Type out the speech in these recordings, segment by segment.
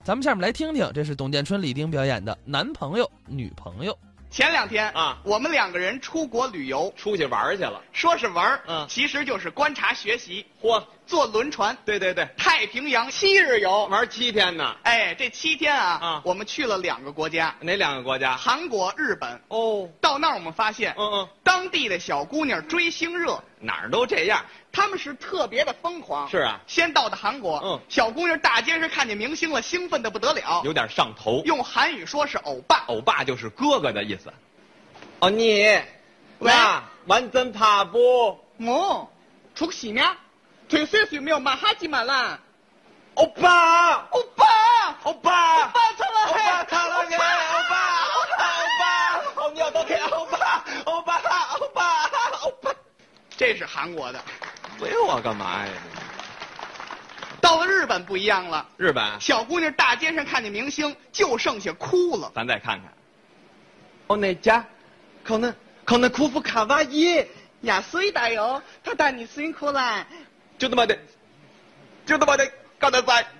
咱们下面来听听，这是董建春、李丁表演的《男朋友女朋友》。 前2天啊， 我们2个人出国旅游， 出去玩去了。 说是玩， 其实就是观察学习。 嚯， 坐轮船， 对， 太平洋7日游， 玩7天呢。 哎，这7天我们去了2个国家。 哪2个国家？ 韩国、日本。 哦， 到那儿我们发现，当地的小姑娘追星热， 哪儿都这样。 他们是特别的疯狂。 是啊， 先到的韩国，小姑娘大街上看见明星了，兴奋的不得了， 有点上头。 用韩语说是欧巴， 欧巴就是哥哥的意思。哦，你， 喂， 완전 바보。 出戏咩？退岁岁没有马哈基马兰。 欧巴， 欧巴， 欧巴， 欧巴唱了嘿， 欧巴唱了嘿，欧巴，哦，你要多听欧巴，欧巴，欧巴，欧巴。 这是韩国的。 喂我干嘛呀？ 到了日本不一样了， 日本小姑娘大街上看见明星就剩下哭了。 咱再看看。哦，那家，可能库夫卡哇伊呀，水大哟，他带你辛苦了。 就他妈的，刚才在。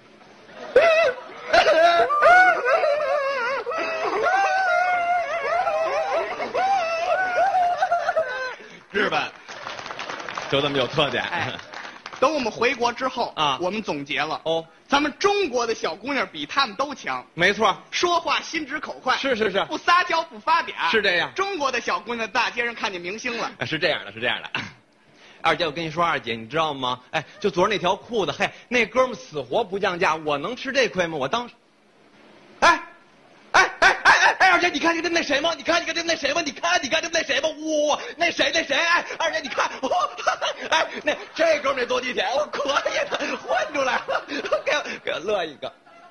日本就这么有特点。 哎，等我们回国之后我们总结了咱们中国的小姑娘比他们都强。 没错， 说话心直口快， 是， 不撒娇不发嗲， 是这样。 中国的小姑娘大街上看见明星了， 是这样的。二姐，我跟你说，二姐，你知道吗？哎，就昨儿那条裤子，嘿，那哥们死活不降价，我能吃这亏吗？我当时，哎，二姐，你看这那谁吗？你看这那谁吗？你看这那谁吗？哇，那谁？哎，二姐，你看，哎，那这哥们儿坐地铁，我可以的，混出来了，给我乐一个。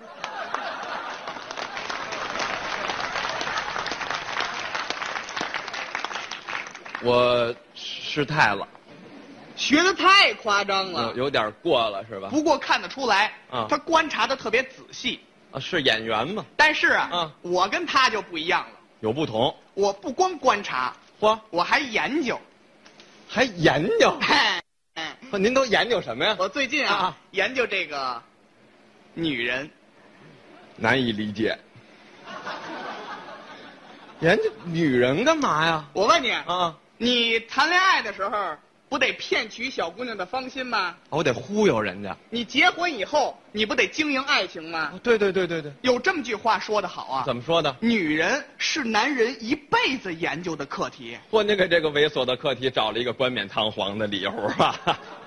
我失态了。 学得太夸张了， 有点过了是吧？ 不过看得出来，他观察的特别仔细。 是演员嘛？ 但是我跟他就不一样了， 有不同。 我不光观察，我还研究。 还研究？您都研究什么呀？ 我最近研究这个女人。 难以理解。研究女人干嘛呀？ 我问你你谈恋爱的时候不得骗取小姑娘的芳心吗？ 我得忽悠人家。 你结婚以后，你不得经营爱情吗？ 对。 有这么句话说得好啊。 怎么说的？ 女人是男人一辈子研究的课题。 或那个这个猥琐的课题找了一个冠冕堂皇的理由吧。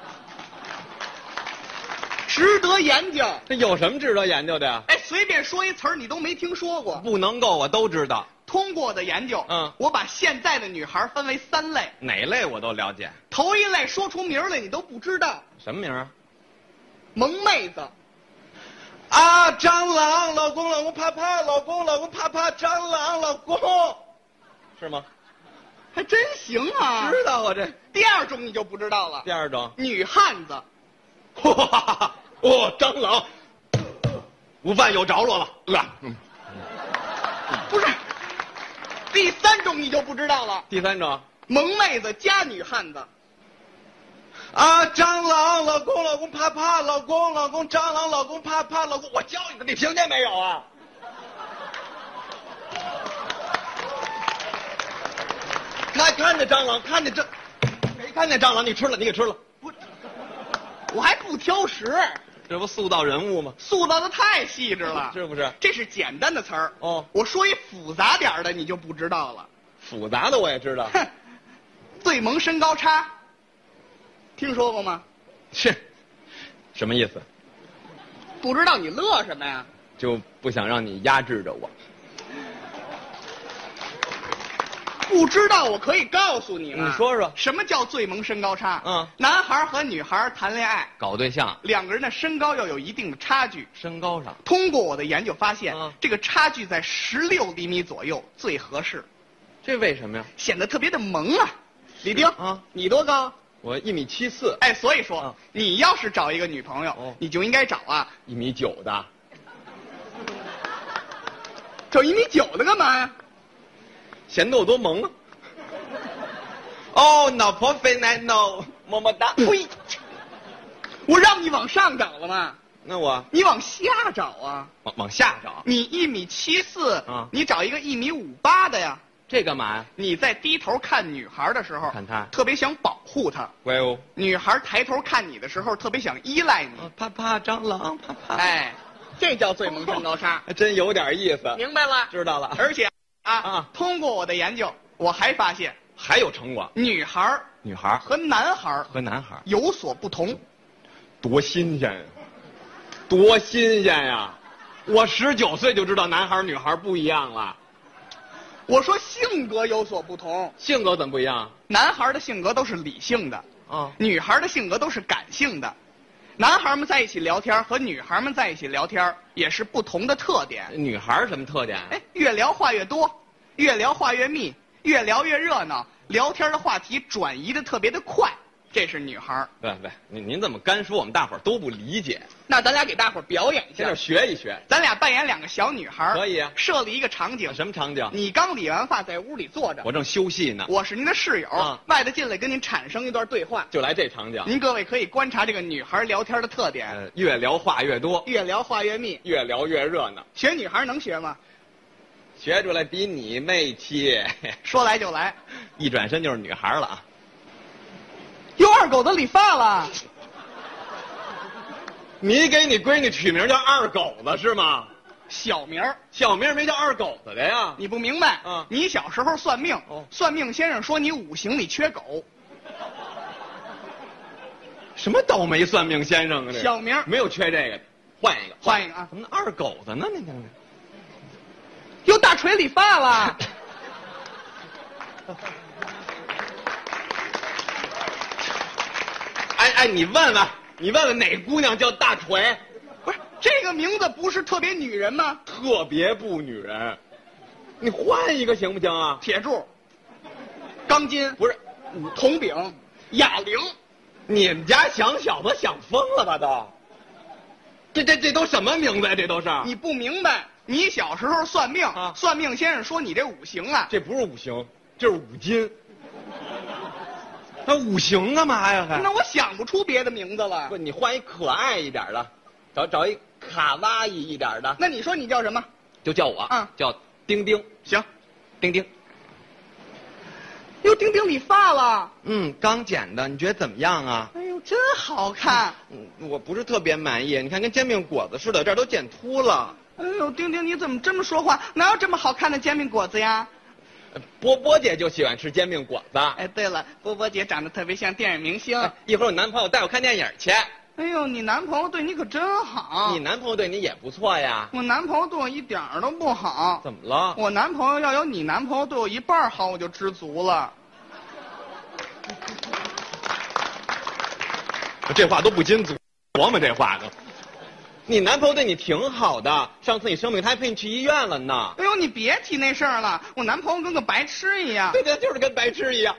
值得研究。 这有什么值得研究的呀？ 哎，随便说一词儿你都没听说过。 不能够，我都知道。 通过我的研究，我把现在的女孩分为3类。 哪类我都了解。 头一类说出名来你都不知道。 什么名啊？ 萌妹子。 蟑螂，老公啪啪，老公啪啪，蟑螂，老公，是吗？ 还真行啊！ 知道啊，这。 第2种你就不知道了。 第2种， 女汉子。 蟑螂，午饭有着落了， 不是。第3种你就不知道了。 第3种， 萌妹子加女汉子。 蟑螂，老公啪啪，老公，蟑螂，老公啪啪，老公，我教你的，你听见没有啊？看着蟑螂，没看见蟑螂，你给吃了。 不，我还不挑食。 这不塑造人物吗？ 塑造的太细致了， 是不是？ 这是简单的词儿我说一复杂点的，你就不知道了。 复杂的我也知道。 最萌身高差，听说过吗？ 是，什么意思？ 不知道你乐什么呀？ 就不想让你压制着我。 不知道我可以告诉你你说说什么叫最萌身高差？男孩和女孩谈恋爱搞对象 ，2个人的身高要有一定的差距。 身高上， 通过我的研究发现，这个差距在16厘米左右最合适。 这为什么呀？ 显得特别的萌啊！李丁你多高？ 我1.74米。 哎，所以说你要是找一个女朋友，你就应该找 1.9米的。 找1.9米的干嘛呀？ 显得我多萌啊！老婆肥奶 no， 么么哒。 呸！我让你往上找了吗？ 你往下找啊。 往下找。 你1.74米啊， 你找一个1.58米的呀。 这干嘛呀？ 你在低头看女孩的时候， 看她特别想保护她。 乖哦。 女孩抬头看你的时候，特别想依赖你。 怕怕蟑螂，怕怕。 哎，这叫最萌身高差， 还真有点意思。 明白了， 知道了。 而且通过我的研究，我还发现还有成果。 女孩和男孩有所不同。 多新鲜呀！多新鲜呀！我19岁就知道男孩女孩不一样了。 我说性格有所不同。 性格怎么不一样？ 男孩的性格都是理性的，女孩的性格都是感性的。男孩们在一起聊天和女孩们在一起聊天也是不同的特点。 女孩什么特点？ 越聊话越多，越聊话越密，越聊越热闹，聊天的话题转移的特别的快。这是女孩。 您怎么干说我们大伙儿都不理解？ 那咱俩给大伙儿表演一下， 在这学一学。 咱俩扮演2个小女孩。 可以啊。 设立一个场景。 什么场景？ 你刚理完发，在屋里坐着， 我正休息呢。 我是您的室友，外头进来跟您产生一段对话， 就来这场景。 您各位可以观察这个女孩聊天的特点。 越聊话越多， 越聊话越密， 越聊越热闹。 学女孩能学吗？ 学出来比你媚气。 说来就来， 一转身就是女孩了啊。 哟，二狗子理发了。 你给你闺女取名叫二狗子是吗？ 小名没叫二狗子的呀。 你不明白？你小时候算命，算命先生说你5行里缺狗。 什么倒霉算命先生啊？这小名没有缺这个，换一个啊。怎么二狗子呢？你看看， 哟，大锤理发了。 哎，你问问哪个姑娘叫大锤？ 不是这个名字不是特别女人吗？ 特别不女人，你换一个行不行啊？ 铁柱、钢筋不是， 铜饼、哑铃。 你们家想小子想疯了吧都？这都什么名字呀？这都是你不明白？你小时候算命，算命先生说你这5行啊， 这不是5行，这是5斤。那5行干嘛呀？ 那我想不出别的名字了。 不，你换一可爱一点的，找一卡哇伊一点的。 那你说你叫什么？ 就叫我，叫丁丁。 行， 丁丁。 哟，丁丁理发了。 刚剪的，你觉得怎么样啊？ 哎呦，真好看。 我不是特别满意，你看跟煎饼果子似的，这儿都剪秃了。 哎呦，丁丁你怎么这么说话？哪有这么好看的煎饼果子呀？ 波波姐就喜欢吃煎饼果子。 哎，对了，波波姐长得特别像电影明星。 一会儿我男朋友带我看电影去。 哎呦，你男朋友对你可真好。 你男朋友对你也不错呀。 我男朋友对我一点都不好。 怎么了？ 我男朋友要有你男朋友对我1半好，我就知足了。 这话都不禁琢磨这话呢。你男朋友对你挺好的，上次你生病他还陪你去医院了呢。 哎呦，你别提那事儿了，我男朋友跟个白痴一样。 对，就是跟白痴一样。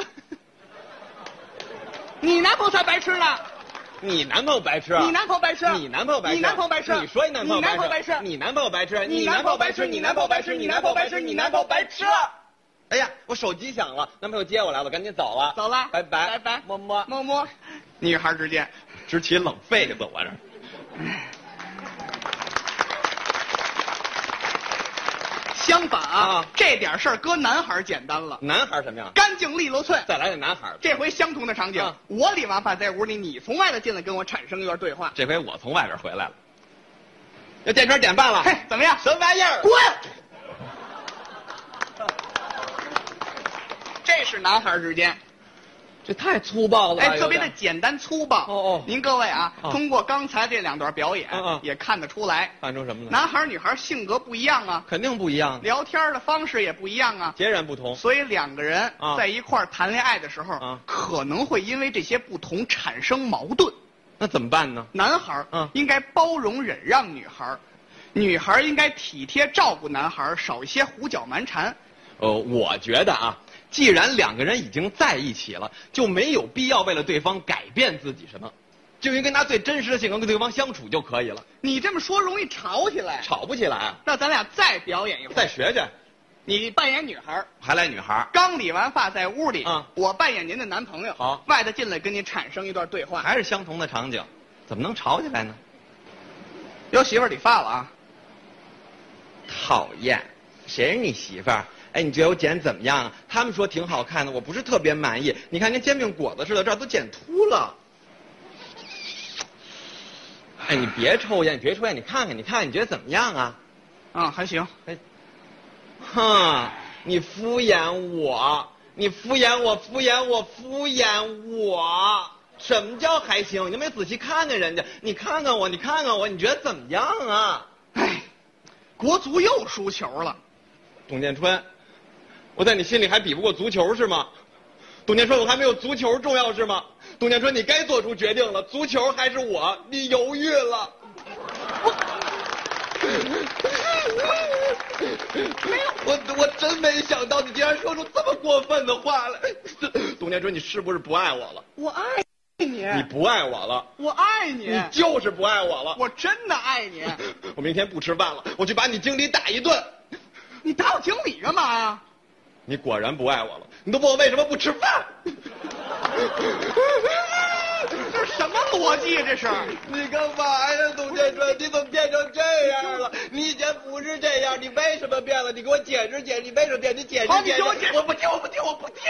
你男朋友才白痴呢。 你男朋友白痴？ 你男朋友白痴？ 你男朋友白痴？ 你男朋友白痴？ 你说你男朋友白痴？ 你男朋友白痴？ 你男朋友白痴？ 你男朋友白痴？你男朋友白痴？你男朋友白痴？你男朋友白痴？ 哎呀，我手机响了，男朋友接我来了，赶紧走了。 走了， 拜拜拜拜， 么么么么。女孩之间直起冷痱子，我这。 相反这点事儿搁男孩简单了。 男孩什么样？ 干净利落脆。 再来个男孩。 这回相同的场景，我理完发在屋里，你从外头进来跟我产生一段对话。 这回我从外边回来了。这电圈点半了。 嘿，怎么样？ 什么玩意儿？ 滚！这是男孩之间。 这太粗暴了。 特别的简单粗暴。您各位通过刚才这2段表演，也看得出来。 看出什么呢？ 男孩女孩性格不一样啊。 肯定不一样。 聊天的方式也不一样啊。 截然不同。 所以2个人在一块儿谈恋爱的时候，可能会因为这些不同产生矛盾。 那怎么办呢？ 男孩应该包容忍让女孩，女孩应该体贴照顾男孩，少一些胡搅蛮缠。 我觉得既然2个人已经在一起了，就没有必要为了对方改变自己什么，就应该拿最真实的性格跟对方相处就可以了。 你这么说容易吵起来。 吵不起来啊。 那咱俩再表演一回。 再学学。 你扮演女孩， 还来女孩。 刚理完发在屋里，我扮演您的男朋友。 好， 外头进来跟您产生一段对话。 还是相同的场景，怎么能吵起来呢？ 有媳妇儿理发了啊？ 讨厌，谁是你媳妇儿？哎，你觉得我剪怎么样啊？他们说挺好看的，我不是特别满意。你看跟煎饼果子似的，这儿都剪秃了。哎，你别抽烟，你别抽烟，你看看，你觉得怎么样啊？ 还行。 哎，哼，你敷衍我，你敷衍我，敷衍我，敷衍我。什么叫还行？你都没仔细看看人家，你看看我，你看看我，你觉得怎么样啊？ 哎，国足又输球了。 董建春，我在你心里还比不过足球是吗？董建春，我还没有足球重要是吗？董建春，你该做出决定了，足球还是我，你犹豫了。我真没想到你竟然说出这么过分的话来。董建春，你是不是不爱我了？ 我爱你。 你不爱我了？ 我爱你。 你就是不爱我了。 我真的爱你。 我明天不吃饭了，我去把你经理打一顿。 你打我经理干嘛呀？ 你果然不爱我了。你都问我为什么不吃饭？ 这是什么逻辑？这是你干嘛呀，董建春？你怎么变成这样了？你以前不是这样，你为什么变了？你给我解释解释，你为什么变？你解释解释。 好，你给我解释。 我不听，我不听，我不听。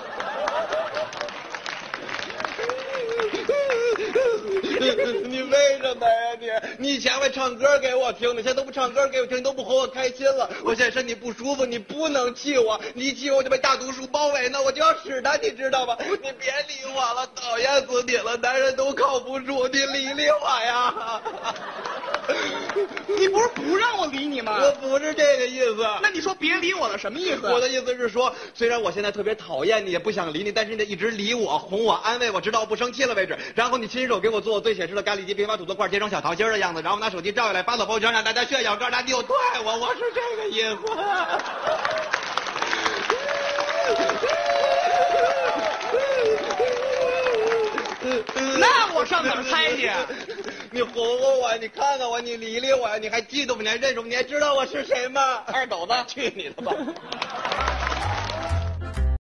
你为什么呀你以前会唱歌给我听，你现在都不唱歌给我听，你都不哄我开心了。我现在身体不舒服，你不能气我，你一气我就被大毒鼠包围呢，我就要使它，你知道吗？你别理我了，讨厌死你了，男人都靠不住，你理理我呀。 你不是不让我理你吗？ 我不是这个意思。 那你说别理我了，什么意思？ 我的意思是说，虽然我现在特别讨厌你，也不想理你，但是你得一直理我、哄我、安慰我，直到我不生气了为止。然后你亲手给我做我最喜吃的咖喱鸡、平发土豆块，切成小桃心的样子，然后拿手机照下来发到朋友圈，让大家炫耀，告诉大家你有多爱我。我是这个意思。 那我上哪儿猜去？ 你哄哄我，你看看我，你理理我呀！你还记得我，你还认识我，你还知道我是谁吗？ 二狗子， 去你的吧！